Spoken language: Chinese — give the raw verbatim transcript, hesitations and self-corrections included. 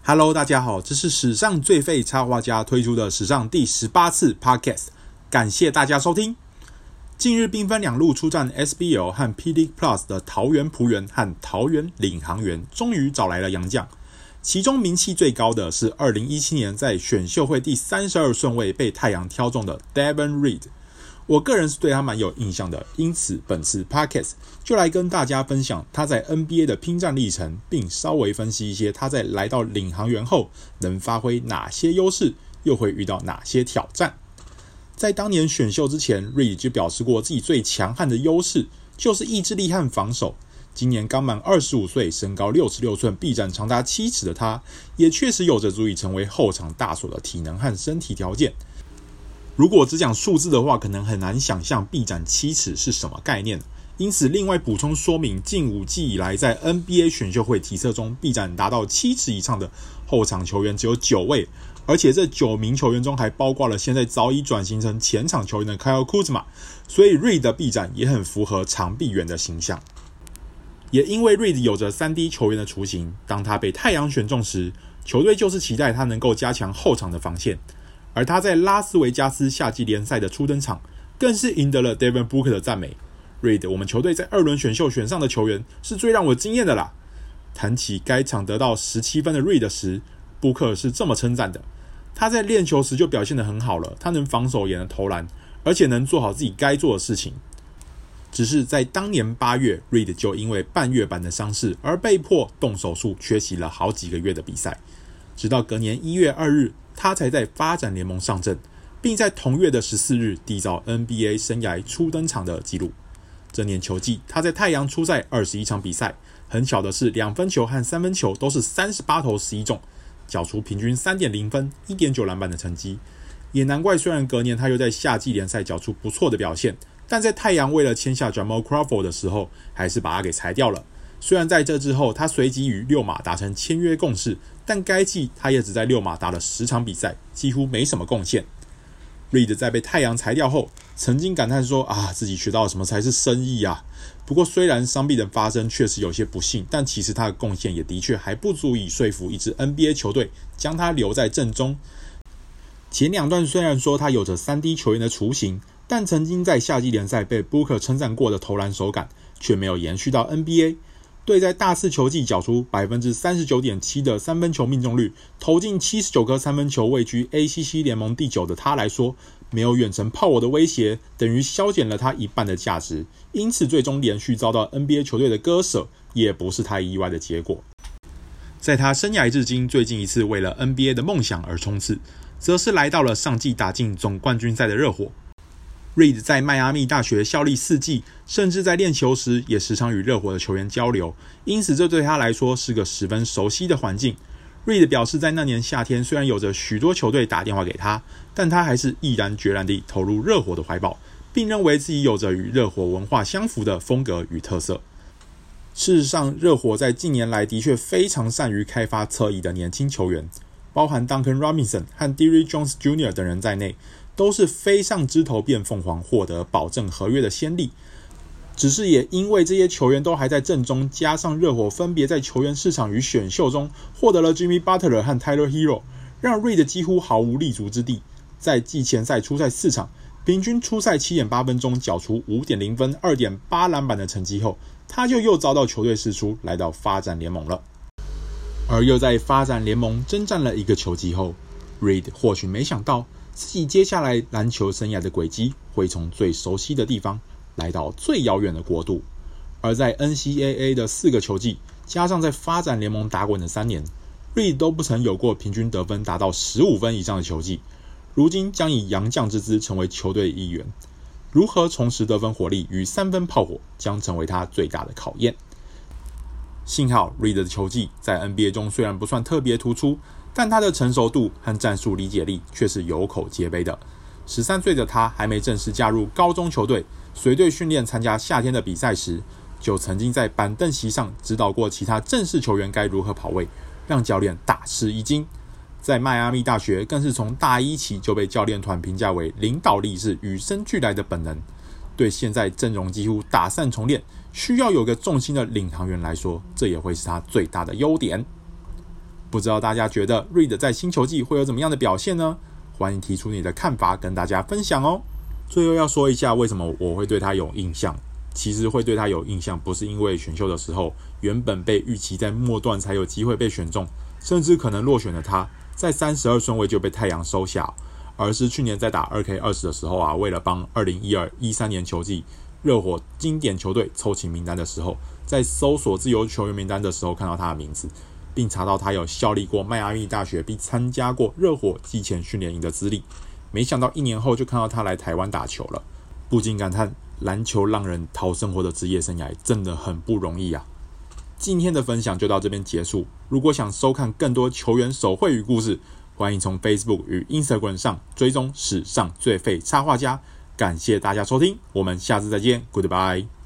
Hello， 大家好，这是史上最废插画家推出的史上第十八次 Podcast， 感谢大家收听。近日兵分两路出战 S B L 和 P. League Plus 的桃园璞园和桃园领航员终于找来了洋将，其中名气最高的是二零一七年在选秀会第三十二顺位被太阳挑中的 Devin Reed。我个人是对他蛮有印象的，因此本次 Podcast 就来跟大家分享他在 N B A 的拼战历程，并稍微分析一些他在来到领航员后能发挥哪些优势，又会遇到哪些挑战。在当年选秀之前 Reed 就表示过自己最强悍的优势就是意志力和防守。今年刚满二十五岁，身高六尺六寸，臂展长达七尺的他，也确实有着足以成为后场大锁的体能和身体条件。如果只讲数字的话，可能很难想象臂展七尺是什么概念。因此另外补充说明，近五季以来在 N B A 选秀会体测中臂展达到七尺以上的后场球员只有九位，而且这九名球员中还包括了现在早已转型成前场球员的 Kyle Kuzma， 所以 Reed 的臂展也很符合长臂猿的形象。也因为 Reed 有着 三 D 球员的雏形，当他被太阳选中时，球队就是期待他能够加强后场的防线。而他在拉斯维加斯夏季联赛的初登场，更是赢得了 Devin Booker 的赞美。Reed 我们球队在二轮选秀选上的球员是最让我惊艳的啦。谈起该场得到十七分的 Reed 时， Booker 是这么称赞的：他在练球时就表现得很好了，他能防守也能投篮，而且能做好自己该做的事情。只是在当年八月 Reed 就因为半月板的伤势而被迫动手术，缺席了好几个月的比赛，直到隔年一月二日他才在发展联盟上阵，并在同月的十四日缔造 N B A 生涯初登场的纪录。这年球季他在太阳出赛二十一场比赛，很巧的是两分球和三分球都是三十八投十一中，缴出平均 三点零分 一点九篮板的成绩。也难怪虽然隔年他又在夏季联赛缴出不错的表现，但在太阳为了签下 Jamal Crawford 的时候还是把他给裁掉了。虽然在这之后他随即与六马达成签约共识，但该季他也只在六马打了十场比赛，几乎没什么贡献。Reed 在被太阳裁掉后曾经感叹说啊，自己学到什么才是生意啊。不过虽然伤病的发生确实有些不幸，但其实他的贡献也的确还不足以说服一支 N B A 球队将他留在阵中。前两段虽然说他有着 三 D 球员的雏形，但曾经在夏季联赛被 Booker 称赞过的投篮手感却没有延续到 N B A。对在大四球季缴出 百分之三十九点七 的三分球命中率，投进七十九颗三分球，位居 A C C 联盟第九的他来说，没有远程炮火的威胁，等于削减了他一半的价值，因此最终连续遭到 N B A 球队的割舍，也不是太意外的结果。在他生涯至今最近一次为了 N B A 的梦想而冲刺，则是来到了上季打进总冠军赛的热火。Reed 在迈阿密大学效力四季，甚至在练球时也时常与热火的球员交流，因此这对他来说是个十分熟悉的环境。Reed 表示，在那年夏天虽然有着许多球队打电话给他，但他还是毅然决然地投入热火的怀抱，并认为自己有着与热火文化相符的风格与特色。事实上，热火在近年来的确非常善于开发侧翼的年轻球员，包含 Duncan Robinson 和 Derrick Jones Junior 等人在内，都是飞上枝头变凤凰，获得保证合约的先例。只是也因为这些球员都还在阵中，加上热火分别在球员市场与选秀中获得了 Jimmy Butler 和 Tyler Hero， 让 Reed 几乎毫无立足之地。在季前赛出赛四场，平均出赛 七点八分钟，缴出 五点零分 二点八篮板的成绩后，他就又遭到球队释出，来到发展联盟了。而又在发展联盟征战了一个球季后， Reed 或许没想到自己接下来篮球生涯的轨迹会从最熟悉的地方来到最遥远的国度。而在 N C A A 的四个球季，加上在发展联盟打滚的三年， Reed 都不曾有过平均得分达到十五分以上的球季。如今将以洋将之姿成为球队一员，如何重拾得分火力与三分炮火将成为他最大的考验。幸好 Reed 的球技在 N B A 中虽然不算特别突出，但他的成熟度和战术理解力却是有口皆碑的。十三岁的他还没正式加入高中球队，随队训练参加夏天的比赛时，就曾经在板凳席上指导过其他正式球员该如何跑位，让教练大吃一惊。在迈阿密大学更是从大一起就被教练团评价为领导力是与生俱来的本能。对现在阵容几乎打散重练，需要有个重心的领航员来说，这也会是他最大的优点。 不知道大家觉得 Reed 在新球季会有怎么样的表现呢？欢迎提出你的看法跟大家分享哦。最后要说一下为什么我会对他有印象。其实会对他有印象，不是因为选秀的时候原本被预期在末段才有机会被选中，甚至可能落选的他，在三十二顺位就被太阳收下，而是去年在打 二 K 二十 的时候啊，为了帮二零一二一三年球季热火经典球队凑齐名单的时候，在搜索自由球员名单的时候看到他的名字，并查到他有效力过迈阿密大学，并参加过热火季前训练营的资历。没想到一年后就看到他来台湾打球了，不禁感叹篮球让人讨生活的职业生涯真的很不容易啊！今天的分享就到这边结束。如果想收看更多球员手绘与故事，欢迎从 Facebook 与 Instagram 上追踪史上最废插画家。感谢大家收听，我们下次再见 ，Goodbye。